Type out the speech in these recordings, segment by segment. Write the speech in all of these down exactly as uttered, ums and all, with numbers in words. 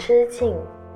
之境。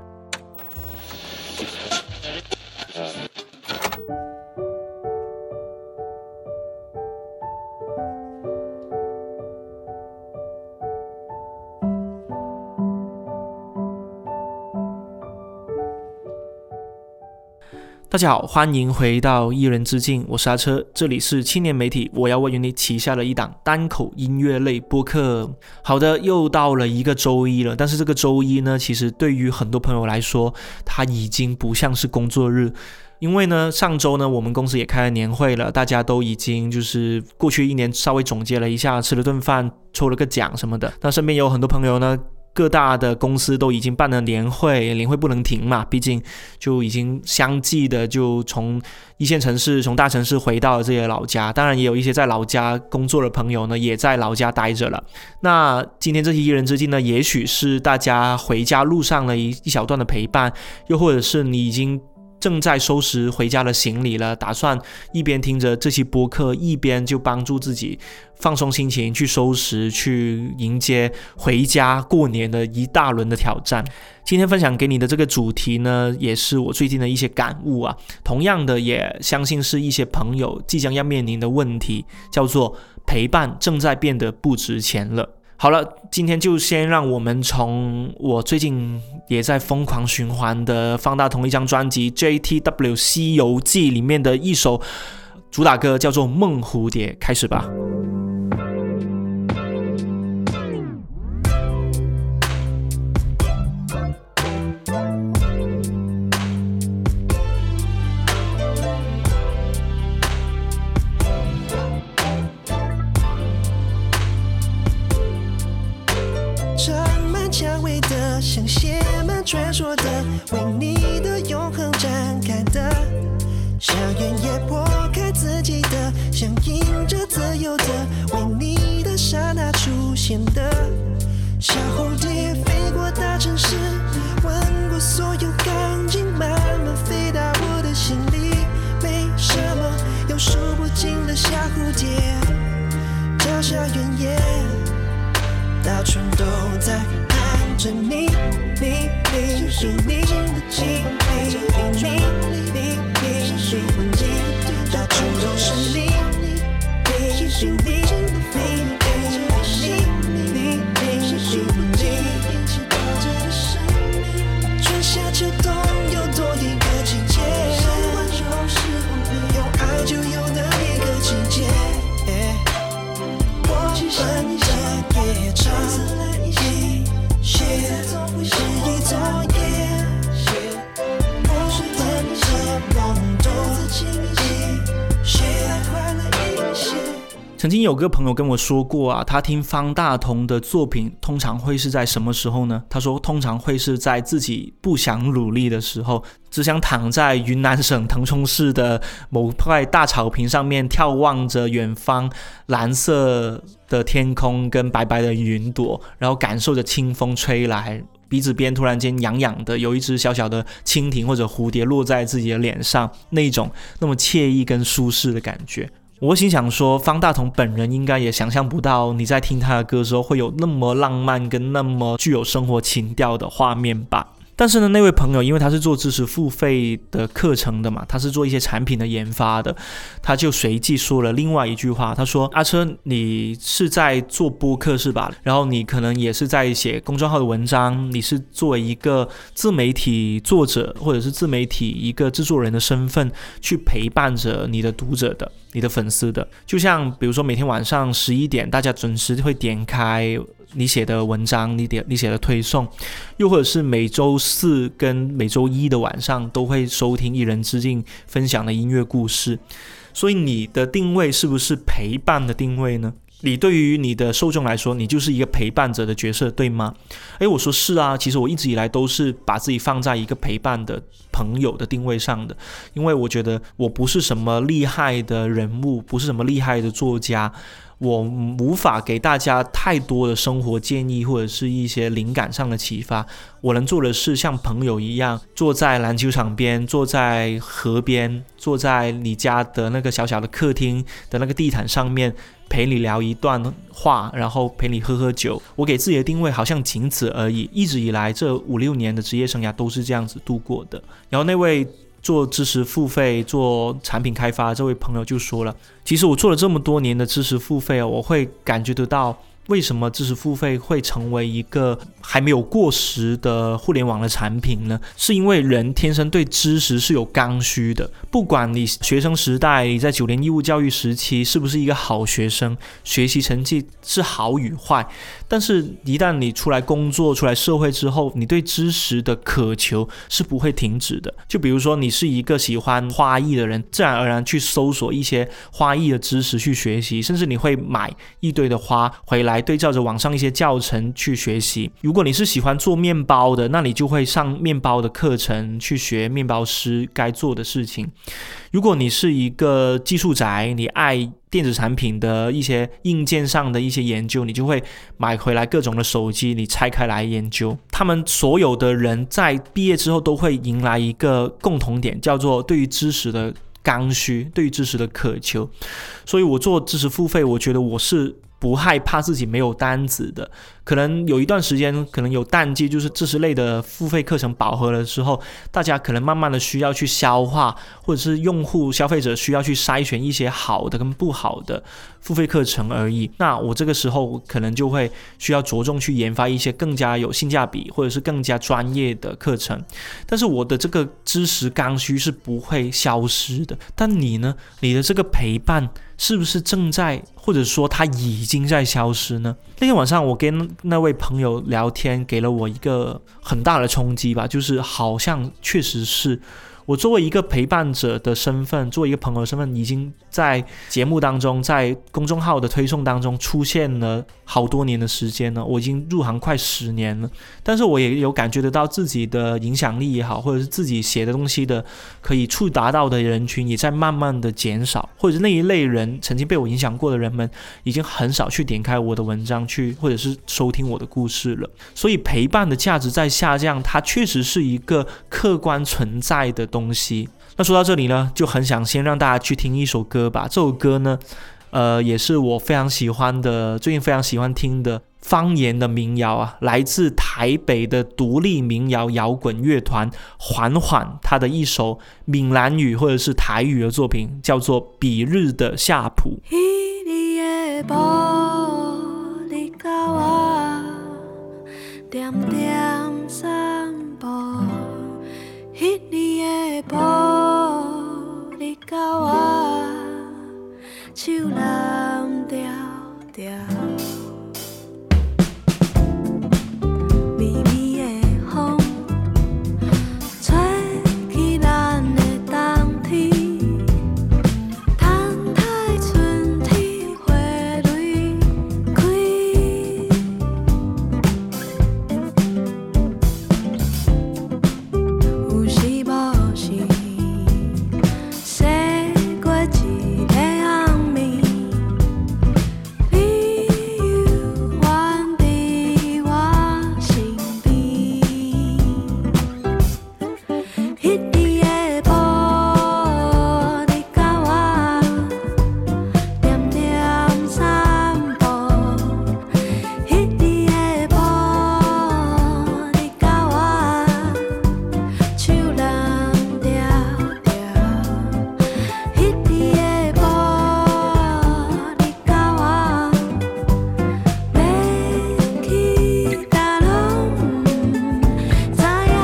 大家好，欢迎回到一人之境，我是阿车，这里是青年媒体我要问你旗下的一档单口音乐类播客。好的，又到了一个周一了，但是这个周一呢，其实对于很多朋友来说，它已经不像是工作日。因为呢，上周呢，我们公司也开了年会了，大家都已经就是过去一年稍微总结了一下，吃了顿饭，抽了个奖什么的。那身边有很多朋友呢，各大的公司都已经办了年会，年会不能停嘛，毕竟就已经相继的就从一线城市、从大城市回到了自己的老家。当然也有一些在老家工作的朋友呢，也在老家待着了。那今天这期一人之境呢，也许是大家回家路上的一一小段的陪伴，又或者是你已经正在收拾回家的行李了，打算一边听着这期播客，一边就帮助自己放松心情，去收拾，去迎接回家过年的一大轮的挑战。今天分享给你的这个主题呢，也是我最近的一些感悟啊，同样的也相信是一些朋友即将要面临的问题，叫做陪伴正在变得不值钱了。好了，今天就先让我们从我最近也在疯狂循环的方大同一张专辑 J T W 西游记里面的一首主打歌叫做梦蝴蝶开始吧。 像写满传说的，为你的永恒展开的，像原野破开自己的，像迎着自由的，为你的刹那出现的，小蝴蝶飞过大城市，吻过所有钢筋，慢慢飞到我的心里。没什么有数不尽的小蝴蝶，脚下原野，到处都在看着你，你你你你你你你你你，到处都是你，你你你你你，春夏秋冬有多一个季节，有爱就有那一个季节，我们在夜场。是一座夜，我们的梦都一些，快乐一些。 曾经有个朋友跟我说过啊，他听方大同的作品通常会是在什么时候呢？他说通常会是在自己不想努力的时候，只想躺在云南省腾冲市的某块大草坪上面，眺望着远方蓝色的天空跟白白的云朵，然后感受着清风吹来，鼻子边突然间痒痒的，有一只小小的蜻蜓或者蝴蝶落在自己的脸上，那种那么惬意跟舒适的感觉。我心想说，方大同本人应该也想象不到你在听他的歌的时候会有那么浪漫跟那么具有生活情调的画面吧。但是呢，那位朋友因为他是做知识付费的课程的嘛，他是做一些产品的研发的，他就随即说了另外一句话，他说阿车，你是在做播客是吧？然后你可能也是在写公众号的文章，你是作为一个自媒体作者或者是自媒体一个制作人的身份去陪伴着你的读者的，你的粉丝的。就像比如说每天晚上十一点大家准时会点开你写的文章，你点你写的推送，又或者是每周四跟每周一的晚上都会收听一人之境分享的音乐故事。所以你的定位是不是陪伴的定位呢？你对于你的受众来说，你就是一个陪伴者的角色，对吗？诶，我说是啊，其实我一直以来都是把自己放在一个陪伴的朋友的定位上的，因为我觉得我不是什么厉害的人物，不是什么厉害的作家，我无法给大家太多的生活建议或者是一些灵感上的启发。我能做的是像朋友一样，坐在篮球场边，坐在河边，坐在你家的那个小小的客厅的那个地毯上面， 陪你聊一段话，然后陪你喝喝酒。我给自己的定位好像仅此而已，一直以来这五六年的职业生涯都是这样子度过的。然后那位做知识付费做产品开发这位朋友就说了，其实我做了这么多年的知识付费，我会感觉得到为什么知识付费会成为一个还没有过时的互联网的产品呢？是因为人天生对知识是有刚需的，不管你学生时代，你在九年义务教育时期是不是一个好学生，学习成绩是好与坏，但是一旦你出来工作出来社会之后，你对知识的渴求是不会停止的。就比如说你是一个喜欢花艺的人，自然而然去搜索一些花艺的知识去学习，甚至你会买一堆的花回来对照着网上一些教程去学习。如果你是喜欢做面包的，那你就会上面包的课程去学面包师该做的事情。如果你是一个技术宅，你爱电子产品的一些硬件上的一些研究，你就会买回来各种的手机，你拆开来研究。他们所有的人在毕业之后都会迎来一个共同点，叫做对于知识的刚需，对于知识的渴求。所以我做知识付费，我觉得我是不害怕自己没有单子的。可能有一段时间可能有淡季，就是知识类的付费课程饱和了之后，大家可能慢慢的需要去消化，或者是用户消费者需要去筛选一些好的跟不好的付费课程而已。那我这个时候可能就会需要着重去研发一些更加有性价比或者是更加专业的课程。但是我的这个知识刚需是不会消失的。但你呢？你的这个陪伴是不是正在，或者说它已经在消失呢？那天晚上我跟那位朋友聊天，给了我一个很大的冲击吧，就是好像确实是我作为一个陪伴者的身份，作为一个朋友的身份，已经在节目当中，在公众号的推送当中出现了好多年的时间了，我已经入行快十年了。但是我也有感觉得到自己的影响力也好，或者是自己写的东西的可以触达到的人群也在慢慢的减少，或者是那一类人曾经被我影响过的人们已经很少去点开我的文章去，或者是收听我的故事了。所以陪伴的价值在下降，它确实是一个客观存在的东西。那说到这里呢，就很想先让大家去听一首歌吧。这首歌呢呃，也是我非常喜欢的，最近非常喜欢听的方言的民谣啊，来自台北的独立民谣摇滚乐团缓缓，他的一首闽南语或者是台语的作品，叫做《彼日的夏普》。 点点散步，迄年的步，你甲我手揽条条，微微的风，吹起咱的冬天，等待春天花蕊开。有时无时，洗过一个暗暝，你犹原伫我身边。迄日的步，你甲我点点散步。迄日的步，你甲我手揽条条。迄日的步，你甲我要去哪拢不知影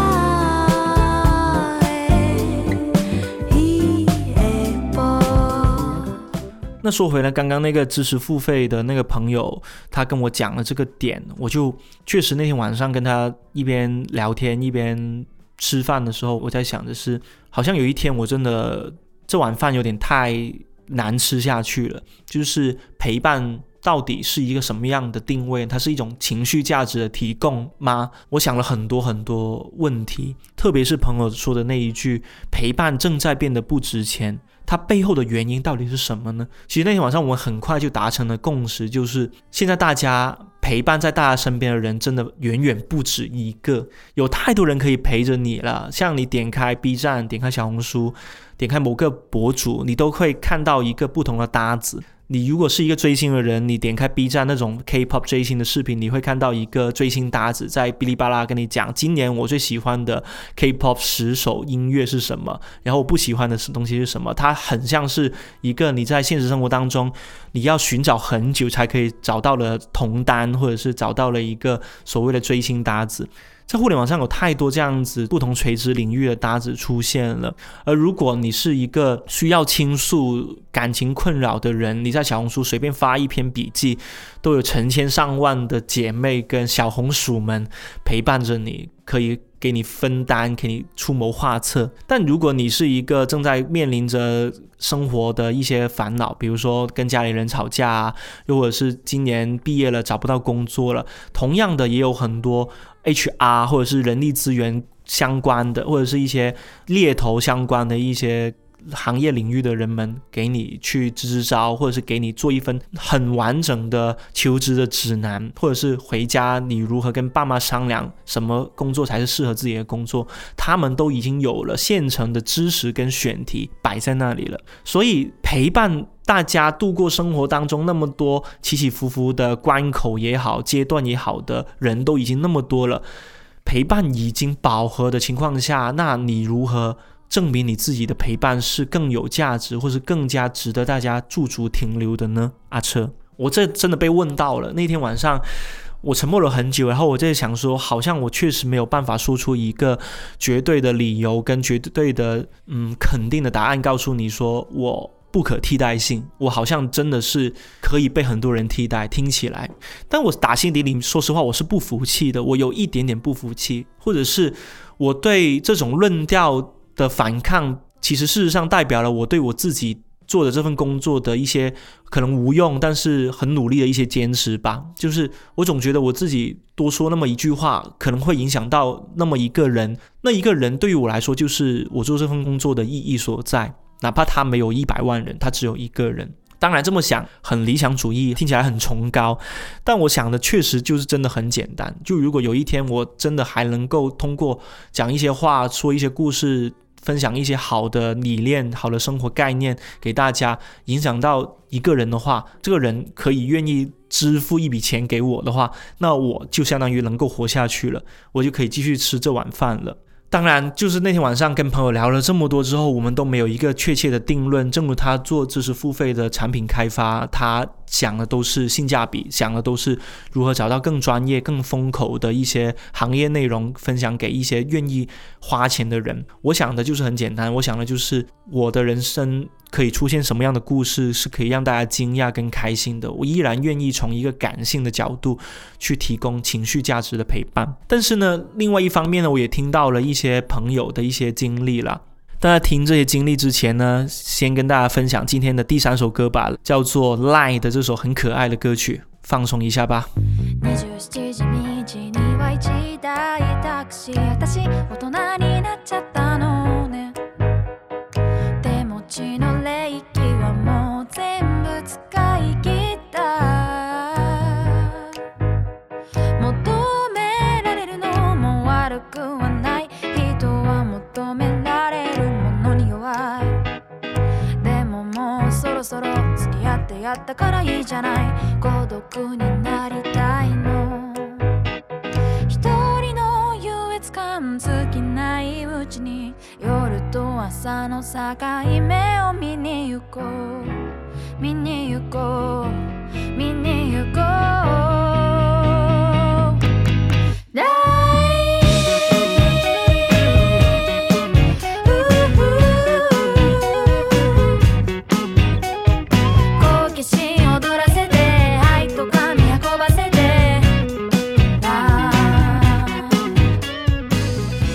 的伊的步。 那说回来，刚刚那个知识付费的那个朋友，他跟我讲了这个点，我就确实那天晚上跟他一边聊天一边吃饭的时候，我在想的是，好像有一天我真的这碗饭有点太难吃下去了。就是陪伴到底是一个什么样的定位？它是一种情绪价值的提供吗？我想了很多很多问题，特别是朋友说的那一句陪伴正在变得不值钱，它背后的原因到底是什么呢？其实那天晚上我们很快就达成了共识，就是现在大家陪伴在大家身边的人真的远远不止一个，有太多人可以陪着你了。像你点开 B 站，点开小红书，点开某个博主，你都会看到一个不同的搭子。你如果是一个追星的人，你点开 B 站那种 K-pop 追星的视频，你会看到一个追星搭子在哔哩吧啦跟你讲，今年我最喜欢的 K-pop 十首音乐是什么，然后我不喜欢的东西是什么。它很像是一个你在现实生活当中你要寻找很久才可以找到了同单，或者是找到了一个所谓的追星搭子。在互联网上有太多这样子不同垂直领域的搭子出现了，而如果你是一个需要倾诉感情困扰的人，你在小红书随便发一篇笔记，都有成千上万的姐妹跟小红薯们陪伴着你，可以给你分担，给你出谋划策。但如果你是一个正在面临着生活的一些烦恼，比如说跟家里人吵架啊，又或者是今年毕业了找不到工作了，同样的也有很多 H R 或者是人力资源相关的，或者是一些猎头相关的一些行业领域的人们给你去支支招，或者是给你做一份很完整的求职的指南，或者是回家你如何跟爸妈商量什么工作才是适合自己的工作，他们都已经有了现成的知识跟选题摆在那里了。所以陪伴大家度过生活当中那么多起起伏伏的关口也好，阶段也好的人都已经那么多了，陪伴已经饱和的情况下，那你如何证明你自己的陪伴是更有价值，或是更加值得大家驻足停留的呢？阿车，我这真的被问到了。那天晚上我沉默了很久，然后我在想说，好像我确实没有办法说出一个绝对的理由跟绝对的嗯肯定的答案，告诉你说我不可替代性，我好像真的是可以被很多人替代，听起来，但我打心底里说实话我是不服气的，我有一点点不服气，或者是我对这种论调的反抗，其实事实上代表了我对我自己做的这份工作的一些可能无用但是很努力的一些坚持吧。就是我总觉得我自己多说那么一句话可能会影响到那么一个人，那一个人对于我来说就是我做这份工作的意义所在，哪怕他没有一百万人，他只有一个人。当然这么想很理想主义，听起来很崇高，但我想的确实就是真的很简单。就如果有一天我真的还能够通过讲一些话，说一些故事，分享一些好的理念，好的生活概念给大家，影响到一个人的话，这个人可以愿意支付一笔钱给我的话，那我就相当于能够活下去了，我就可以继续吃这碗饭了。当然就是那天晚上跟朋友聊了这么多之后，我们都没有一个确切的定论。正如他做知识付费的产品开发，他想的都是性价比，想的都是如何找到更专业更风口的一些行业内容分享给一些愿意花钱的人。我想的就是很简单，我想的就是我的人生可以出现什么样的故事是可以让大家惊讶跟开心的，我依然愿意从一个感性的角度去提供情绪价值的陪伴。但是呢，另外一方面呢，我也听到了一些朋友的一些经历啦。大家听这些经历之前呢，先跟大家分享今天的第三首歌吧，叫做 Lie 的这首很可愛的歌曲，放鬆一下吧。 にじゅうしちじには一台タクシー、私大人になっちゃったのね。手持ちの冷気はもう全部使い切った。求められるのも悪くはない、人は求められるものに弱い。でももうそろそろ付き合ってやったからいいじゃない、孤独になりたいの。一人の優越感尽きないうちに、夜と朝の境目を見に行こう、見に行こう、見に行こう。 我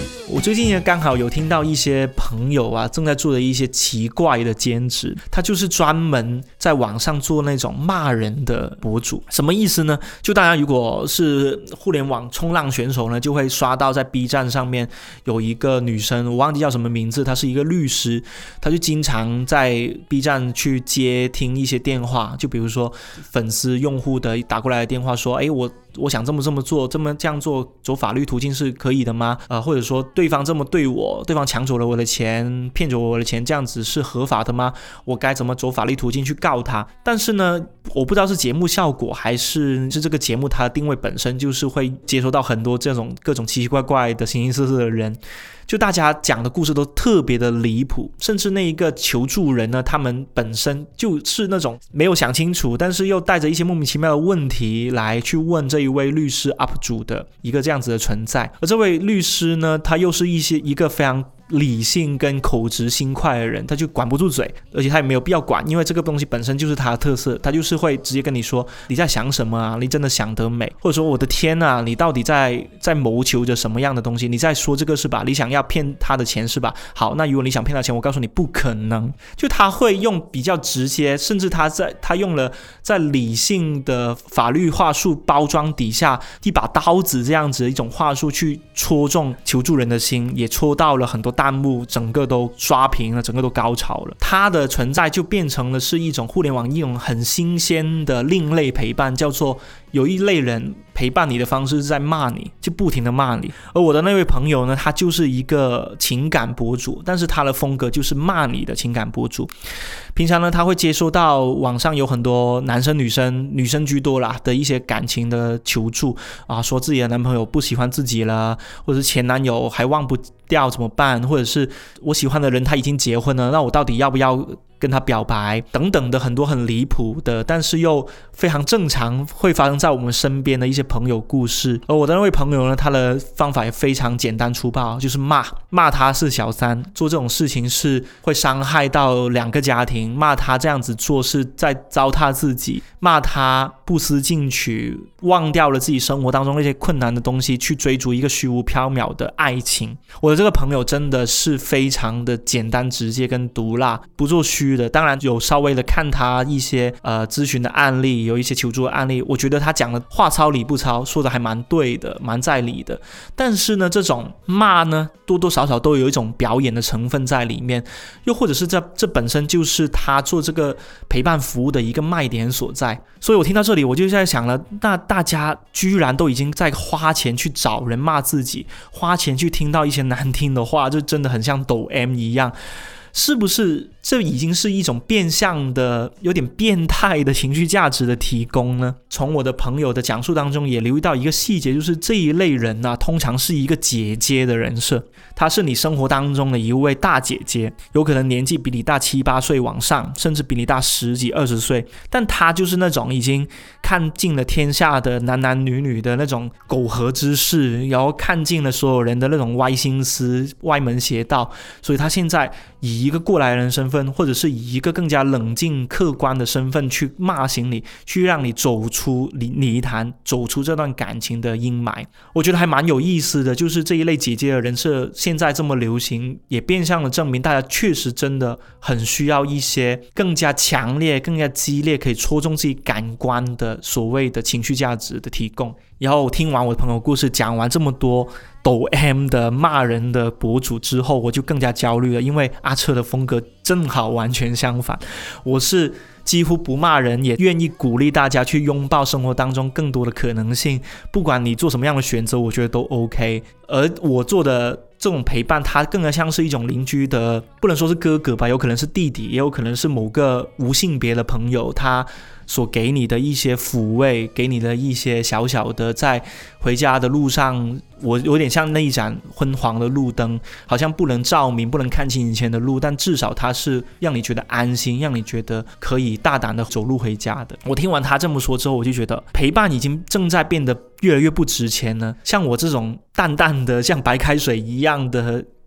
最近也刚好有听到一些朋友啊正在做的一些奇怪的兼职，他就是专门在网上做那种骂人的博主。什么意思呢？就大家如果是互联网冲浪选手呢，就会刷到在 B 站上面有一个女生，我忘记叫什么名字，她是一个律师，她就经常在 B 站去接听一些电话，就比如说粉丝用户的打过来的电话说，诶，我我想这么这么做，这么这样做走法律途径是可以的吗？呃，或者说对方这么对我，对方抢走了我的钱，骗走我的钱，这样子是合法的吗？我该怎么走法律途径去告他？但是呢，我不知道是节目效果还是是这个节目它的定位本身就是会接收到很多这种各种奇奇怪怪的形形色色的人。就大家讲的故事都特别的离谱，甚至那一个求助人呢，他们本身就是那种没有想清楚，但是又带着一些莫名其妙的问题来去问这一位律师 U P 主的一个这样子的存在。而这位律师呢，他又是一些一个非常理性跟口直心快的人，他就管不住嘴，而且他也没有必要管，因为这个东西本身就是他的特色，他就是会直接跟你说你在想什么啊，你真的想得美，或者说我的天啊，你到底在在谋求着什么样的东西，你在说这个是吧，你想要骗他的钱是吧，好，那如果你想骗他钱，我告诉你不可能。就他会用比较直接，甚至他在他用了在理性的法律话术包装底下一把刀子这样子的一种话术去戳中求助人的心，也戳到了很多弹幕，整个都刷屏了，整个都高潮了。它的存在就变成了是一种互联网一种很新鲜的另类陪伴，叫做有一类人陪伴你的方式是在骂你，就不停的骂你。而我的那位朋友呢，他就是一个情感博主，但是他的风格就是骂你的情感博主。平常呢，他会接收到网上有很多男生女生女生居多啦的一些感情的求助啊，说自己的男朋友不喜欢自己了，或者是前男友还忘不掉怎么办，或者是我喜欢的人他已经结婚了，那我到底要不要跟他表白等等的很多很离谱的，但是又非常正常会发生在我们身边的一些朋友故事。而我的那位朋友呢，他的方法也非常简单粗暴，就是骂骂他是小三，做这种事情是会伤害到两个家庭，骂他这样子做是在糟蹋自己，骂他不思进取，忘掉了自己生活当中那些困难的东西，去追逐一个虚无缥缈的爱情。我的这个朋友真的是非常的简单直接跟毒辣，不做虚的。当然有稍微的看他一些呃咨询的案例，有一些求助的案例，我觉得他讲的话糙理不糙，说的还蛮对的，蛮在理的。但是呢，这种骂呢，多多少少都有一种表演的成分在里面，又或者是这这本身就是他做这个陪伴服务的一个卖点所在。所以我听到这里，我就在想了，那大家居然都已经在花钱去找人骂自己，花钱去听到一些难听的话，就真的很像抖 M 一样。是不是这已经是一种变相的有点变态的情绪价值的提供呢？从我的朋友的讲述当中也留意到一个细节，就是这一类人啊，通常是一个姐姐的人设，她是你生活当中的一位大姐姐，有可能年纪比你大七八岁往上，甚至比你大十几二十岁，但她就是那种已经看尽了天下的男男女女的那种苟合之事，然后看尽了所有人的那种歪心思歪门邪道，所以她现在以一个过来人身份，或者是以一个更加冷静客观的身份去骂醒你，去让你走出泥潭，走出这段感情的阴霾。我觉得还蛮有意思的，就是这一类姐姐的人设现在这么流行，也变相的证明大家确实真的很需要一些更加强烈更加激烈可以戳中自己感官的所谓的情绪价值的提供。然后听完我的朋友故事，讲完这么多抖 M 的骂人的博主之后，我就更加焦虑了，因为阿彻的风格正好完全相反。我是几乎不骂人，也愿意鼓励大家去拥抱生活当中更多的可能性，不管你做什么样的选择，我觉得都 OK。 而我做的这种陪伴，它更加像是一种邻居的，不能说是哥哥吧，有可能是弟弟，也有可能是某个无性别的朋友，他所给你的一些抚慰，给你的一些小小的在回家的路上，我有点像那一盏昏黄的路灯，好像不能照明，不能看清以前的路，但至少它是让你觉得安心，让你觉得可以大胆的走路回家的。我听完他这么说之后，我就觉得陪伴已经正在变得越来越不值钱了。像我这种淡淡的像白开水一样的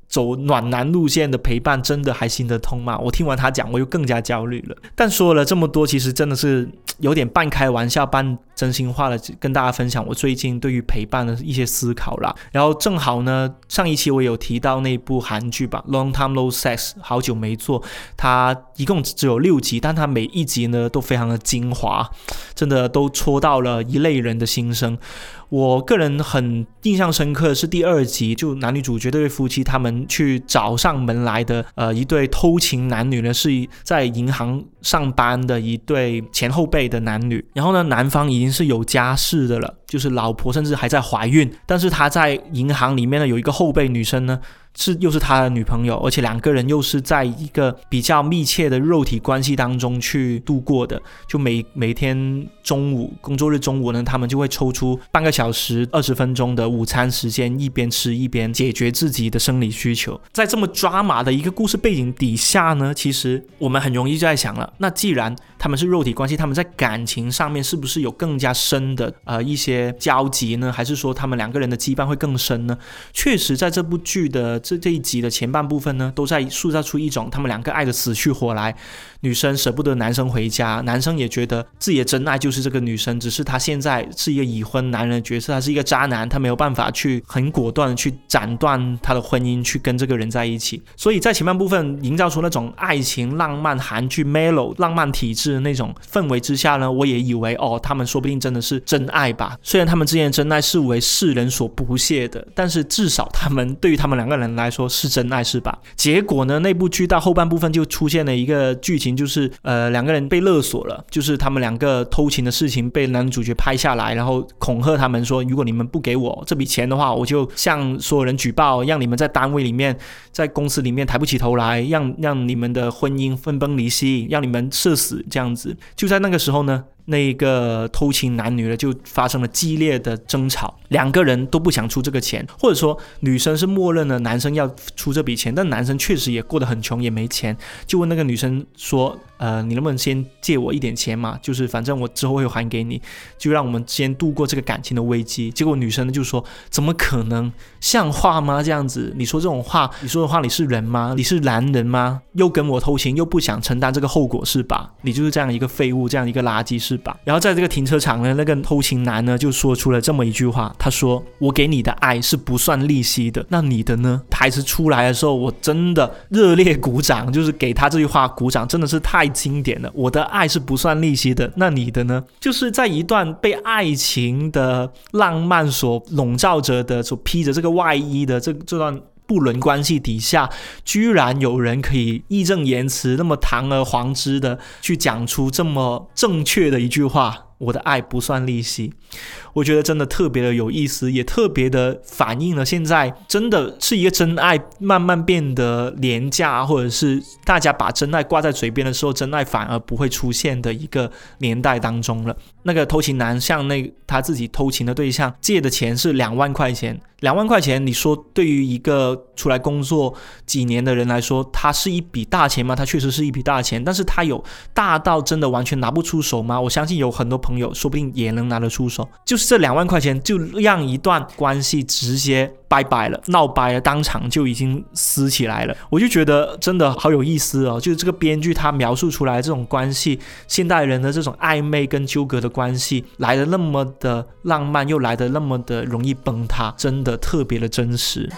走暖男路线的陪伴真的还行得通吗？我听完他讲我又更加焦虑了。但说了这么多，其实真的是有点半开玩笑半真心话的跟大家分享我最近对于陪伴的一些思考啦。然后正好呢，上一期我有提到那部韩剧吧 Long Time No Sex 好久没做，它一共只有六集，但它每一集呢都非常的精华，真的都戳到了一类人的心声。我个人很印象深刻的是第二集，就男女主角这对夫妻他们去找上门来的呃一对偷情男女呢，是在银行上班的一对前后辈的男女。然后呢，男方已经是有家室的了，就是老婆甚至还在怀孕，但是他在银行里面呢有一个后辈女生呢是又是他的女朋友，而且两个人又是在一个比较密切的肉体关系当中去度过的。就每每天中午工作日中午呢，他们就会抽出半个小时二十分钟的午餐时间，一边吃一边解决自己的生理需求。在这么抓马的一个故事背景底下呢，其实我们很容易就在想了，那既然他们是肉体关系，他们在感情上面是不是有更加深的呃一些交集呢？还是说他们两个人的羁绊会更深呢？确实在这部剧的这这一集的前半部分呢，都在塑造出一种他们两个爱的死去活来。女生舍不得男生回家，男生也觉得自己的真爱就是这个女生，只是他现在是一个已婚男人的角色，他是一个渣男，他没有办法去很果断的去斩断他的婚姻，去跟这个人在一起。所以在前半部分营造出那种爱情浪漫韩剧 Melo 浪漫体质的那种氛围之下呢，我也以为哦，他们说不定真的是真爱吧。虽然他们之间的真爱是为世人所不屑的，但是至少他们对于他们两个人来说是真爱，是吧？结果呢，那部剧到后半部分就出现了一个剧情，就是呃两个人被勒索了，就是他们两个偷情的事情被男主角拍下来，然后恐吓他们说，如果你们不给我这笔钱的话，我就向所有人举报，让你们在单位里面在公司里面抬不起头来，让让你们的婚姻分崩离析，让你们社死这样子。就在那个时候呢，那个偷情男女呢就发生了激烈的争吵，两个人都不想出这个钱，或者说女生是默认了男生要出这笔钱，但男生确实也过得很穷，也没钱，就问那个女生说呃，你能不能先借我一点钱嘛，就是反正我之后会还给你，就让我们先度过这个感情的危机。结果女生就说，怎么可能，像话吗？这样子你说这种话，你说的话你是人吗？你是男人吗？又跟我偷情，又不想承担这个后果是吧？你就是这样一个废物，这样一个垃圾是吧？然后在这个停车场呢，那个偷情男呢就说出了这么一句话，他说，我给你的爱是不算利息的，那你的呢？台词出来的时候我真的热烈鼓掌，就是给他这句话鼓掌，真的是太经典了。我的爱是不算利息的，那你的呢？就是在一段被爱情的浪漫所笼罩着的，所披着这个外衣的这这段不伦关系底下，居然有人可以义正言辞那么堂而皇之的去讲出这么正确的一句话，我的爱不算利息。我觉得真的特别的有意思，也特别的反映了现在真的是一个真爱慢慢变得廉价，或者是大家把真爱挂在嘴边的时候，真爱反而不会出现的一个年代当中了。那个偷情男向那他自己偷情的对象借的钱是两万块钱，两万块钱，你说对于一个出来工作几年的人来说，他是一笔大钱吗？他确实是一笔大钱，但是他有大到真的完全拿不出手吗？我相信有很多朋友说不定也能拿得出手。就是这两万块钱就让一段关系直接拜拜了，闹掰了，当场就已经撕起来了。我就觉得真的好有意思哦，就是这个编剧他描述出来这种关系，现代人的这种暧昧跟纠葛的关系来得那么的浪漫，又来得那么的容易崩塌，真的特别的真实。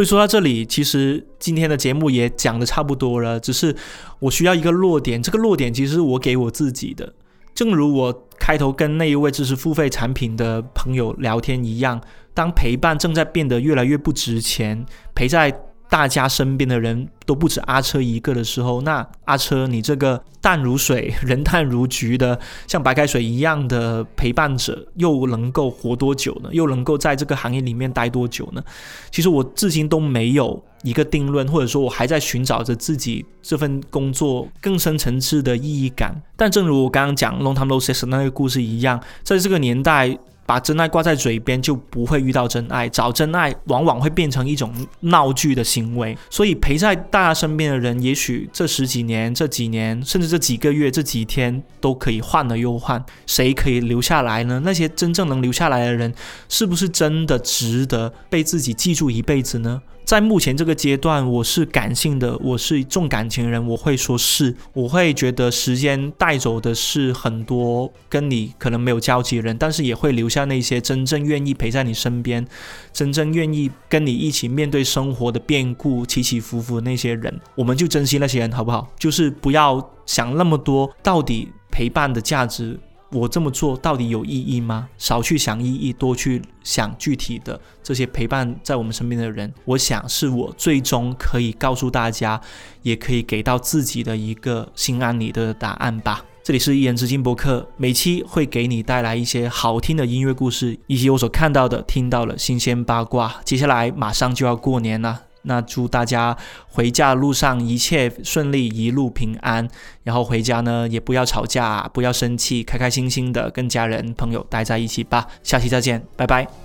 所以说到这里，其实今天的节目也讲得差不多了，只是我需要一个落点，这个落点其实是我给我自己的。正如我开头跟那一位知识付费产品的朋友聊天一样，当陪伴正在变得越来越不值钱，陪在大家身边的人都不止阿车一个的时候，那阿车你这个淡如水人淡如菊的像白开水一样的陪伴者又能够活多久呢？又能够在这个行业里面待多久呢？其实我至今都没有一个定论，或者说我还在寻找着自己这份工作更深层次的意义感。但正如我刚刚讲 Long Time No See 那个故事一样，在这个年代把真爱挂在嘴边就不会遇到真爱，找真爱往往会变成一种闹剧的行为。所以陪在大家身边的人，也许这十几年这几年甚至这几个月这几天都可以换了又换，谁可以留下来呢？那些真正能留下来的人，是不是真的值得被自己记住一辈子呢？在目前这个阶段，我是感性的，我是重感情人，我会说是，我会觉得时间带走的是很多跟你可能没有交集的人，但是也会留下那些真正愿意陪在你身边，真正愿意跟你一起面对生活的变故起起伏伏的那些人，我们就珍惜那些人好不好？就是不要想那么多，到底陪伴的价值，我这么做到底有意义吗？少去想意义，多去想具体的这些陪伴在我们身边的人，我想是我最终可以告诉大家，也可以给到自己的一个心安理得的答案吧。这里是一言之境播客，每期会给你带来一些好听的音乐故事，以及我所看到的听到的新鲜八卦。接下来马上就要过年了，那祝大家回家的路上一切顺利，一路平安，然后回家呢也不要吵架，不要生气，开开心心的跟家人朋友待在一起吧。下期再见，拜拜。